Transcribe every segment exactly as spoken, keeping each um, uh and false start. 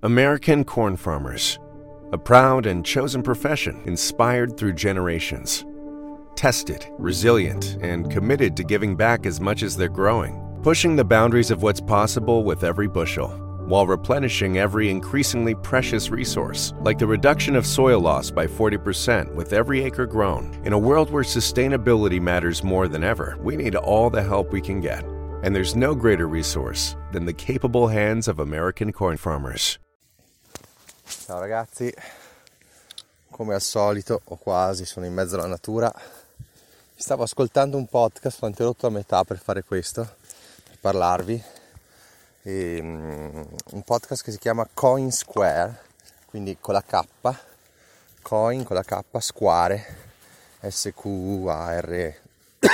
American corn farmers, a proud and chosen profession inspired through generations. Tested, resilient, and committed to giving back as much as they're growing, pushing the boundaries of what's possible with every bushel, while replenishing every increasingly precious resource, like the reduction of soil loss by forty percent with every acre grown. In a world where sustainability matters more than ever, we need all the help we can get. And there's no greater resource than the capable hands of American corn farmers. Ciao ragazzi, come al solito, o quasi, sono in mezzo alla natura. Stavo ascoltando un podcast, l'ho interrotto a metà per fare questo, per parlarvi. E, um, un podcast che si chiama Coin Square, quindi con la K, Coin con la K, Square, S Q A R E.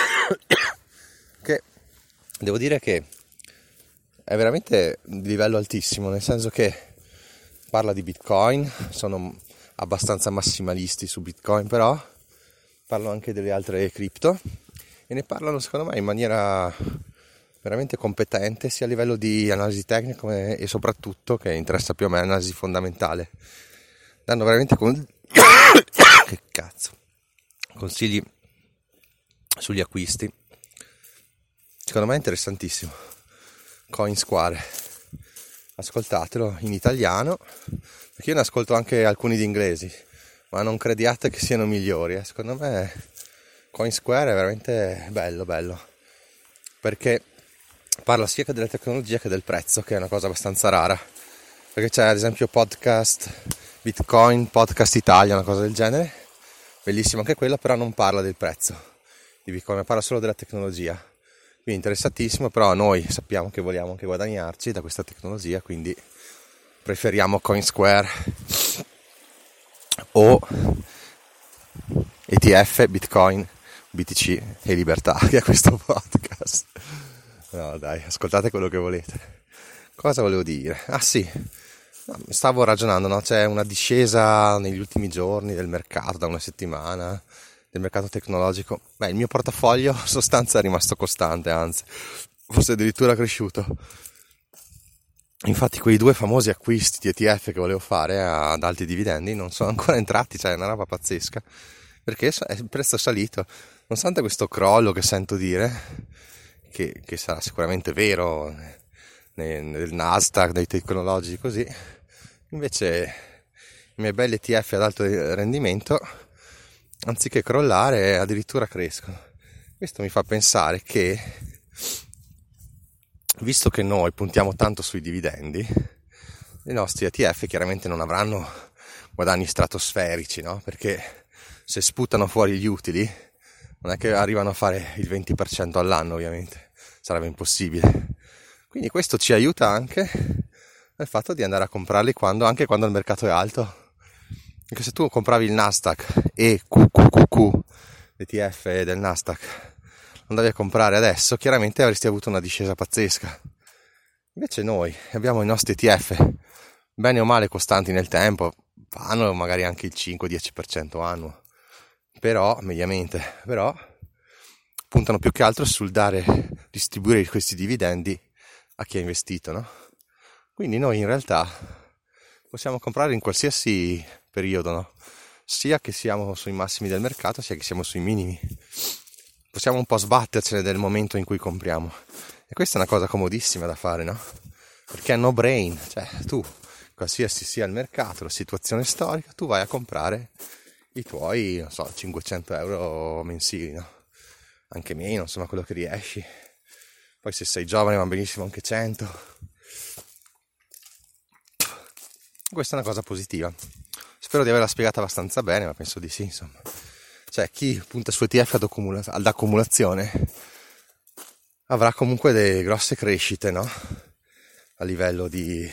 Che devo dire che è veramente di livello altissimo, nel senso che parla di Bitcoin, sono abbastanza massimalisti su Bitcoin, però parlano anche delle altre cripto e ne parlano secondo me in maniera veramente competente, sia a livello di analisi tecnica come, e soprattutto, che interessa più a me, analisi fondamentale. Danno veramente con... che cazzo consigli sugli acquisti, secondo me è interessantissimo. Coin Square, ascoltatelo in italiano, perché io ne ascolto anche alcuni di inglesi, ma non crediate che siano migliori, eh. Secondo me Coin Square è veramente bello bello, perché parla sia che della tecnologia che del prezzo, che è una cosa abbastanza rara, perché c'è ad esempio podcast Bitcoin, podcast Italia, una cosa del genere, bellissimo anche quello, però non parla del prezzo di Bitcoin, parla solo della tecnologia. Quindi interessantissimo, però noi sappiamo che vogliamo anche guadagnarci da questa tecnologia, quindi preferiamo Coin Square o E T F, Bitcoin, B T C e Libertà, che è questo podcast. No dai, ascoltate quello che volete. Cosa volevo dire? Ah sì, stavo ragionando, no? C'è una discesa negli ultimi giorni del mercato, da una settimana, del mercato tecnologico. Beh, il mio portafoglio in sostanza è rimasto costante, anzi forse addirittura cresciuto. Infatti quei due famosi acquisti di E T F che volevo fare ad alti dividendi non sono ancora entrati, cioè è una roba pazzesca, perché il prezzo è salito nonostante questo crollo che sento dire, che, che sarà sicuramente vero nel, nel Nasdaq, nei tecnologici così. Invece i miei belli E T F ad alto rendimento, anziché crollare, addirittura crescono. Questo mi fa pensare che, visto che noi puntiamo tanto sui dividendi, i nostri E T F chiaramente non avranno guadagni stratosferici, no? Perché se sputano fuori gli utili non è che arrivano a fare il venti per cento all'anno, ovviamente sarebbe impossibile. Quindi questo ci aiuta anche nel fatto di andare a comprarli quando, anche quando il mercato è alto. Perché se tu compravi il Nasdaq e Q Q Q Q, l'E T F del Nasdaq, andavi a comprare adesso, chiaramente avresti avuto una discesa pazzesca. Invece noi abbiamo i nostri E T F, bene o male costanti nel tempo, fanno magari anche il cinque dieci per cento annuo, però, mediamente, però puntano più che altro sul dare, distribuire questi dividendi a chi ha investito, no? Quindi noi in realtà possiamo comprare in qualsiasi periodo, no? Sia che siamo sui massimi del mercato, sia che siamo sui minimi. Possiamo un po' sbattercene del momento in cui compriamo. E questa è una cosa comodissima da fare, no? Perché è no brain, cioè tu, qualsiasi sia il mercato, la situazione storica, tu vai a comprare i tuoi, non so, cinquecento euro mensili, no? Anche meno, insomma, quello che riesci. Poi se sei giovane va benissimo anche cento. Questa è una cosa positiva. Spero di averla spiegata abbastanza bene, ma penso di sì, insomma. Cioè, chi punta su E T F ad, accumula- ad accumulazione avrà comunque delle grosse crescite, no? A livello di...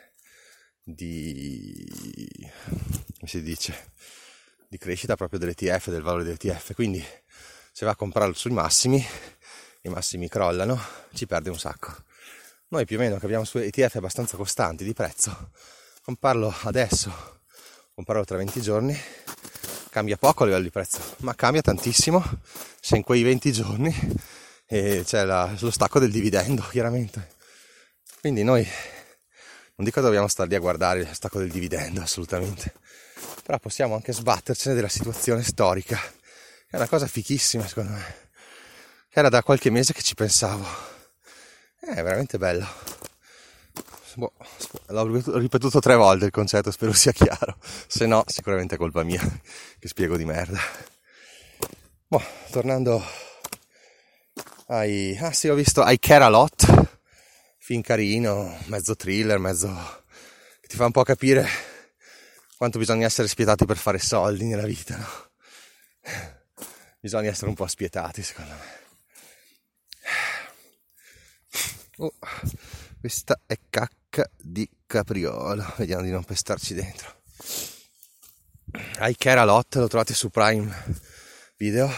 di... come si dice? Di crescita proprio dell'E T F, del valore dell'E T F. Quindi se va a comprarlo sui massimi, i massimi crollano, ci perde un sacco. Noi più o meno che abbiamo su E T F abbastanza costanti di prezzo, comprarlo adesso, comprarlo tra venti giorni, cambia poco a livello di prezzo, ma cambia tantissimo se in quei venti giorni eh, c'è la, lo stacco del dividendo, chiaramente. Quindi noi Non dico che dobbiamo stare lì a guardare il stacco del dividendo, assolutamente, però possiamo anche sbattercene della situazione storica, che è una cosa fichissima secondo me, che era da qualche mese che ci pensavo. È veramente bello. Boh, l'ho ripetuto tre volte il concetto, spero sia chiaro, se no sicuramente è colpa mia che spiego di merda. Boh, tornando ai... ah sì, ho visto I Care a Lot, film carino, mezzo thriller, mezzo... che ti fa un po' capire quanto bisogna essere spietati per fare soldi nella vita, no? Bisogna essere un po' spietati, secondo me. Oh, questa è cacca di capriolo, vediamo di non pestarci dentro. I Care a Lot, lo trovate su Prime Video.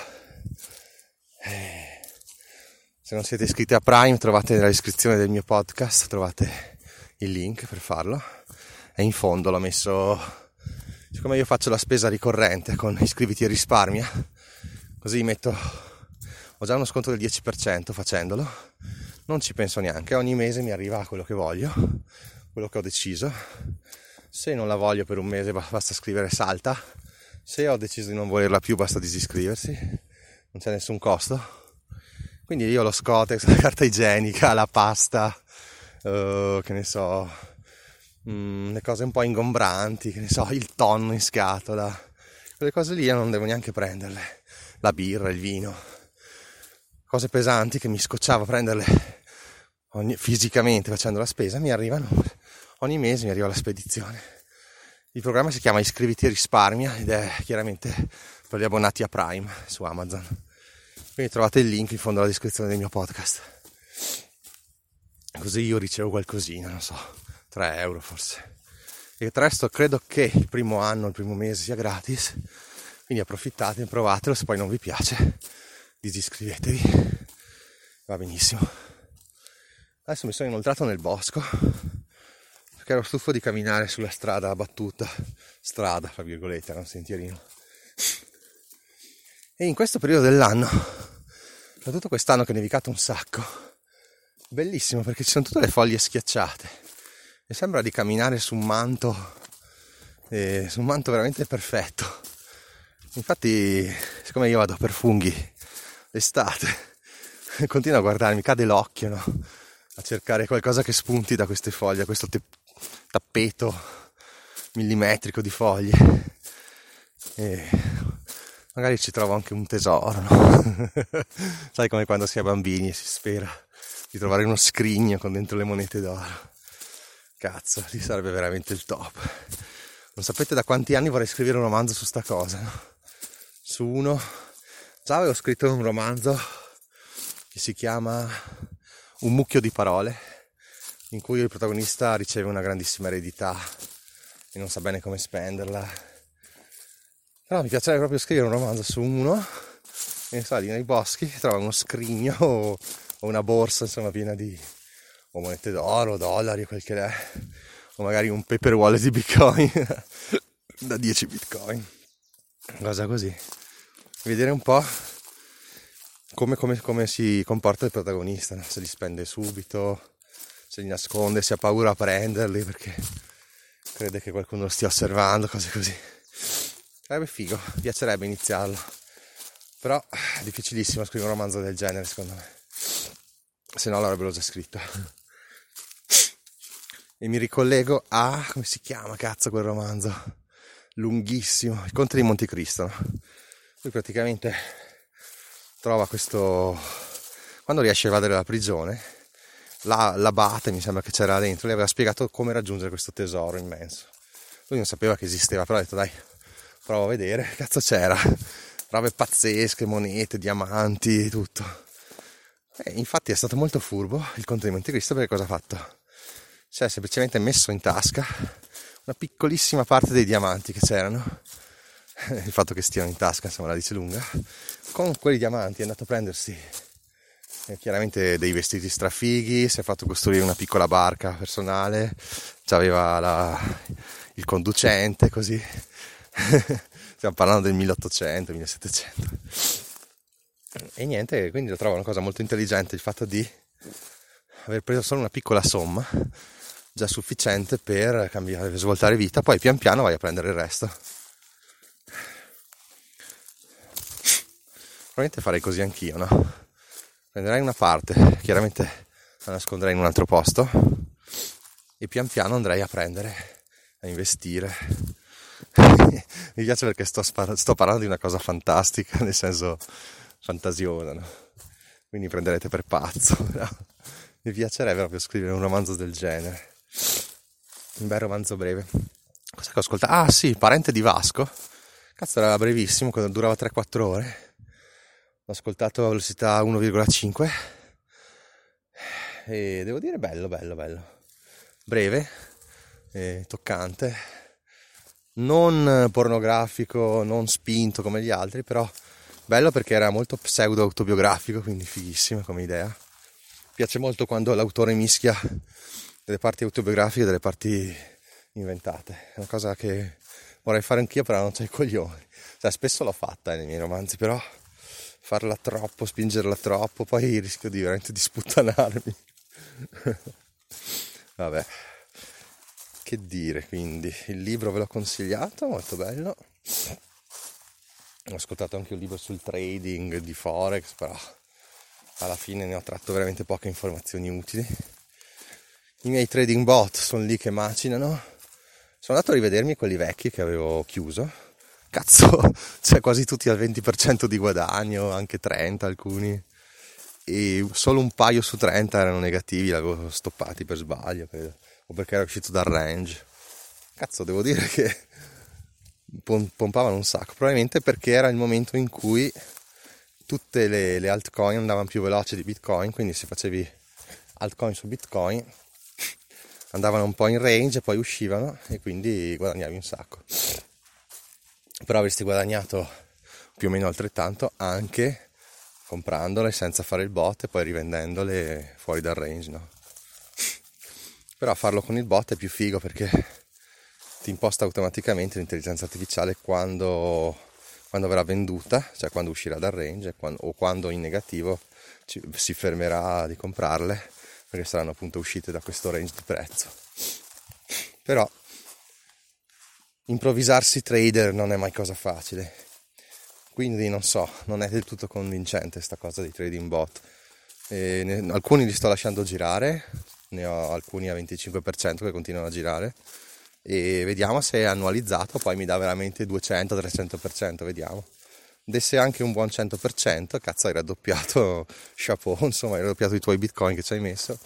Se non siete iscritti a Prime, trovate nella descrizione del mio podcast, trovate il link per farlo. E in fondo l'ho messo, siccome io faccio la spesa ricorrente con iscriviti e risparmia, così metto, ho già uno sconto del dieci per cento facendolo, non ci penso neanche, ogni mese mi arriva quello che voglio, quello che ho deciso. Se non la voglio per un mese basta scrivere salta, se ho deciso di non volerla più basta disiscriversi, non c'è nessun costo. Quindi io lo Scotex, la carta igienica, la pasta, uh, che ne so, mh, le cose un po' ingombranti, che ne so, il tonno in scatola, quelle cose lì io non devo neanche prenderle, la birra, il vino, cose pesanti che mi scocciava prenderle ogni, fisicamente facendo la spesa, mi arrivano, ogni mese mi arriva la spedizione. Il programma si chiama Iscriviti e risparmia ed è chiaramente per gli abbonati a Prime su Amazon. Quindi trovate il link in fondo alla descrizione del mio podcast. Così io ricevo qualcosina, non so, tre euro forse. E il resto credo che il primo anno, il primo mese sia gratis. Quindi approfittate, provatelo, se poi non vi piace disiscrivetevi. Va benissimo. Adesso mi sono inoltrato nel bosco perché ero stufo di camminare sulla strada battuta. Strada, fra virgolette, era un sentierino. E in questo periodo dell'anno, soprattutto quest'anno che è nevicato un sacco, bellissimo perché ci sono tutte le foglie schiacciate e sembra di camminare su un manto, eh, su un manto veramente perfetto. Infatti, siccome io vado per funghi l'estate, continuo a guardarmi, cade l'occhio, no? A cercare qualcosa che spunti da queste foglie, questo te- tappeto millimetrico di foglie. E magari ci trovo anche un tesoro, no? Sai, come quando si è bambini e si spera di trovare uno scrigno con dentro le monete d'oro. Cazzo, lì sarebbe veramente il top. Non sapete da quanti anni vorrei scrivere un romanzo su sta cosa, no? Su uno, già avevo scritto un romanzo che si chiama Un mucchio di parole, in cui il protagonista riceve una grandissima eredità e non sa bene come spenderla. Però mi piacerebbe proprio scrivere un romanzo su uno e sta lì nei boschi, trova uno scrigno o, o una borsa, insomma, piena di o monete d'oro, dollari, quel che è, o magari un paper wallet di bitcoin da dieci bitcoin, cosa così. Vedere un po' come, come, come si comporta il protagonista, no? Se li spende subito, se li nasconde, se ha paura a prenderli perché crede che qualcuno lo stia osservando, cose così. Sarebbe figo, mi piacerebbe iniziarlo, però è difficilissimo scrivere un romanzo del genere secondo me, se no l'avrebbero già scritto. E mi ricollego a, come si chiama cazzo quel romanzo, lunghissimo, Il Conte di Montecristo, no? Lui praticamente trova questo, quando riesce a evadere dalla prigione, la, l'abate, mi sembra che c'era dentro, gli aveva spiegato come raggiungere questo tesoro immenso. Lui non sapeva che esisteva, però ha detto dai, provo a vedere, cazzo c'era, robe pazzesche, monete, diamanti, tutto. E infatti è stato molto furbo il Conte di Montecristo, perché cosa ha fatto? Si è semplicemente messo in tasca una piccolissima parte dei diamanti che c'erano, il fatto che stiano in tasca insomma la dice lunga. Con quei diamanti è andato a prendersi eh, chiaramente dei vestiti strafighi, si è fatto costruire una piccola barca personale, c'aveva la, il conducente, così. Stiamo parlando del milleottocento millesettecento. E niente, quindi lo trovo una cosa molto intelligente il fatto di aver preso solo una piccola somma già sufficiente per cambiare, per svoltare vita, poi pian piano vai a prendere il resto. Probabilmente farei così anch'io, no? Prenderai una parte, chiaramente la nasconderei in un altro posto e pian piano andrei a prendere, a investire. Mi piace perché sto, spar- sto parlando di una cosa fantastica, nel senso fantasiosa, no? Quindi prenderete per pazzo, no? Mi piacerebbe proprio scrivere un romanzo del genere, un bel romanzo breve. Cos'è che ho ascoltato? Ah sì, Parente di Vasco. Cazzo, era brevissimo, durava tre quattro ore. L'ho ascoltato a velocità uno virgola cinque e devo dire bello, bello, bello. Breve, eh, toccante, non pornografico, non spinto come gli altri, però bello perché era molto pseudo autobiografico, quindi fighissimo come idea. Mi piace molto quando l'autore mischia delle parti autobiografiche e delle parti inventate. È una cosa che vorrei fare anch'io, però non c'ho i coglioni. Cioè, spesso l'ho fatta eh, nei miei romanzi, però farla troppo, spingerla troppo, poi rischio di veramente di sputtanarmi. Vabbè, che dire, quindi il libro ve l'ho consigliato, molto bello. Ho ascoltato anche un libro sul trading di Forex, però alla fine ne ho tratto veramente poche informazioni utili. I miei trading bot sono lì che macinano. Sono andato a rivedermi quelli vecchi che avevo chiuso. Cazzo, cioè quasi tutti al venti per cento di guadagno, anche trenta alcuni, e solo un paio su trenta erano negativi, l'avevo stoppati per sbaglio, credo, o perché era uscito dal range. Cazzo, devo dire che pompavano un sacco, probabilmente perché era il momento in cui tutte le, le altcoin andavano più veloci di Bitcoin, quindi se facevi altcoin su Bitcoin andavano un po' in range e poi uscivano e quindi guadagnavi un sacco. Però avresti guadagnato più o meno altrettanto anche comprandole senza fare il bot e poi rivendendole fuori dal range, no? Però farlo con il bot è più figo perché ti imposta automaticamente l'intelligenza artificiale quando, quando verrà venduta, cioè quando uscirà dal range quando, o quando in negativo ci, si fermerà di comprarle perché saranno appunto uscite da questo range di prezzo. Però improvvisarsi trader non è mai cosa facile, quindi non so, non è del tutto convincente sta cosa dei trading bot. E ne, alcuni li sto lasciando girare, ne ho alcuni a venticinque per cento che continuano a girare e vediamo se è annualizzato, poi mi dà veramente duecento trecento per cento, vediamo. Desse anche un buon cento per cento, cazzo hai raddoppiato, chapeau, insomma hai raddoppiato i tuoi bitcoin che ci hai messo.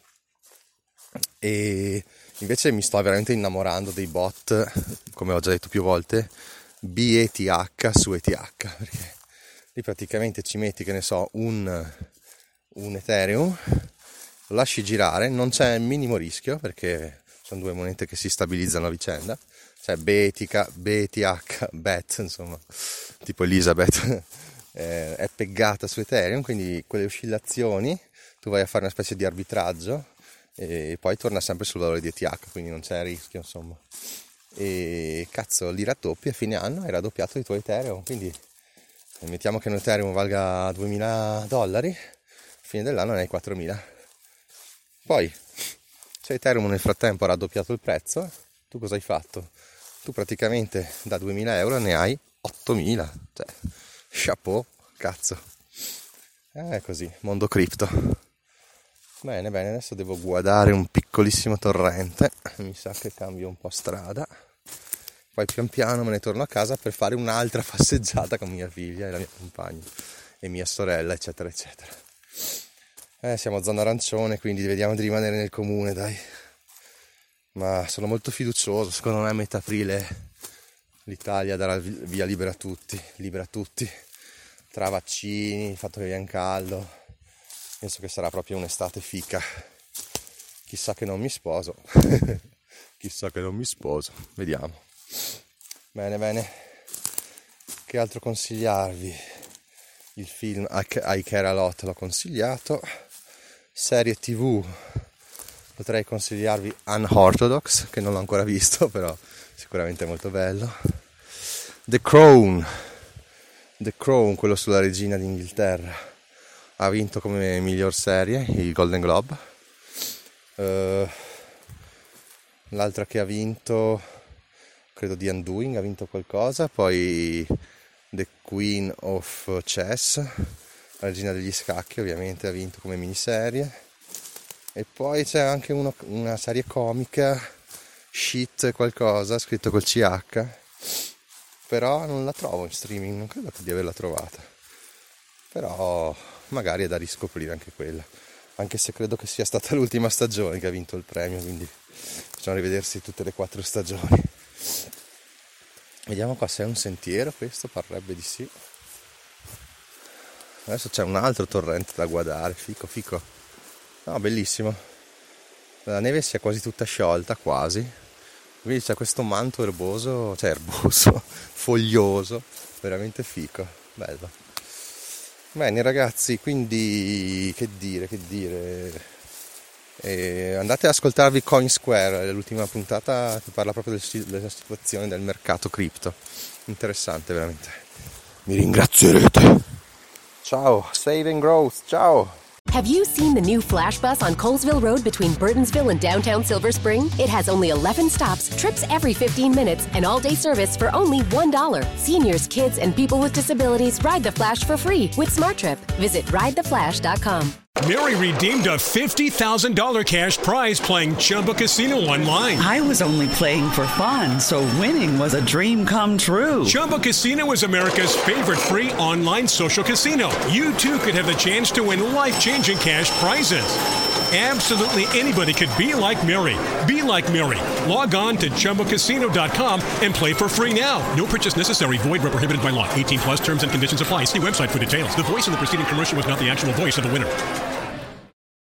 E invece mi sto veramente innamorando dei bot, come ho già detto più volte, B E T H su E T H, perché lì praticamente ci metti, che ne so, un, un Ethereum, lo lasci girare, non c'è il minimo rischio perché sono due monete che si stabilizzano a vicenda, cioè B E T H, B E T H, B E T, insomma, tipo Elizabeth, eh, è peggata su Ethereum, quindi quelle oscillazioni tu vai a fare una specie di arbitraggio e poi torna sempre sul valore di E T H, quindi non c'è rischio, insomma. E cazzo, li raddoppi a fine anno hai raddoppiato i tuoi Ethereum, quindi mettiamo che un Ethereum valga duemila dollari, a fine dell'anno ne hai quattromila. Poi se Ethereum nel frattempo ha raddoppiato il prezzo, tu cosa hai fatto? Tu praticamente da duemila euro ne hai ottomila, cioè chapeau, cazzo. È così, mondo cripto. Bene, bene, adesso devo guardare un piccolissimo torrente, mi sa che cambio un po' strada, poi pian piano me ne torno a casa per fare un'altra passeggiata con mia figlia e la mia compagna e mia sorella, eccetera, eccetera. Eh, siamo a zona arancione, quindi vediamo di rimanere nel comune, dai. Ma sono molto fiducioso, secondo me a metà aprile l'Italia darà via libera a tutti, libera a tutti, tra vaccini, il fatto che viene caldo. Penso che sarà proprio un'estate fica. Chissà che non mi sposo. Chissà che non mi sposo. Vediamo. Bene, bene. Che altro consigliarvi? Il film I Care A Lot l'ho consigliato. Serie tv potrei consigliarvi Unorthodox, che non l'ho ancora visto, però sicuramente è molto bello. The Crown. The Crown, quello sulla regina d'Inghilterra. Ha vinto come miglior serie il Golden Globe. Uh, l'altra che ha vinto, credo The Undoing, ha vinto qualcosa, poi The Queen of Chess, la regina degli scacchi, ovviamente ha vinto come miniserie, e poi c'è anche uno, una serie comica, Shit qualcosa, scritto col C H, però non la trovo in streaming, non credo di averla trovata, però magari è da riscoprire anche quella, anche se credo che sia stata l'ultima stagione che ha vinto il premio, quindi bisogna rivedersi tutte le quattro stagioni. Vediamo qua se è un sentiero, questo parrebbe di sì. Adesso c'è un altro torrente da guardare, fico fico. No, bellissimo. La neve si è quasi tutta sciolta, quasi. Quindi c'è questo manto erboso, cioè erboso, foglioso, veramente fico, bello. Bene ragazzi, quindi che dire, che dire... E andate ad ascoltarvi Coin Square, l'ultima puntata che parla proprio del, della situazione del mercato cripto, interessante veramente. Mi ringrazierete. Ciao, Save and Growth, ciao. Have you seen the new Flash Bus on Colesville Road between Burtonsville and downtown Silver Spring? It has only eleven stops, trips every fifteen minutes, and all-day service for only one dollar. Seniors, kids, and people with disabilities ride the Flash for free with SmartTrip. Visit ride the flash dot com. Mary redeemed a fifty thousand dollars cash prize playing Chumba Casino online. I was only playing for fun, so winning was a dream come true. Chumba Casino is America's favorite free online social casino. You too could have the chance to win life-changing cash prizes. Absolutely anybody could be like Mary. Be like Mary. Log on to chumba casino dot com and play for free now. No purchase necessary. Void where prohibited by law. eighteen plus terms and conditions apply. See website for details. The voice in the preceding commercial was not the actual voice of the winner.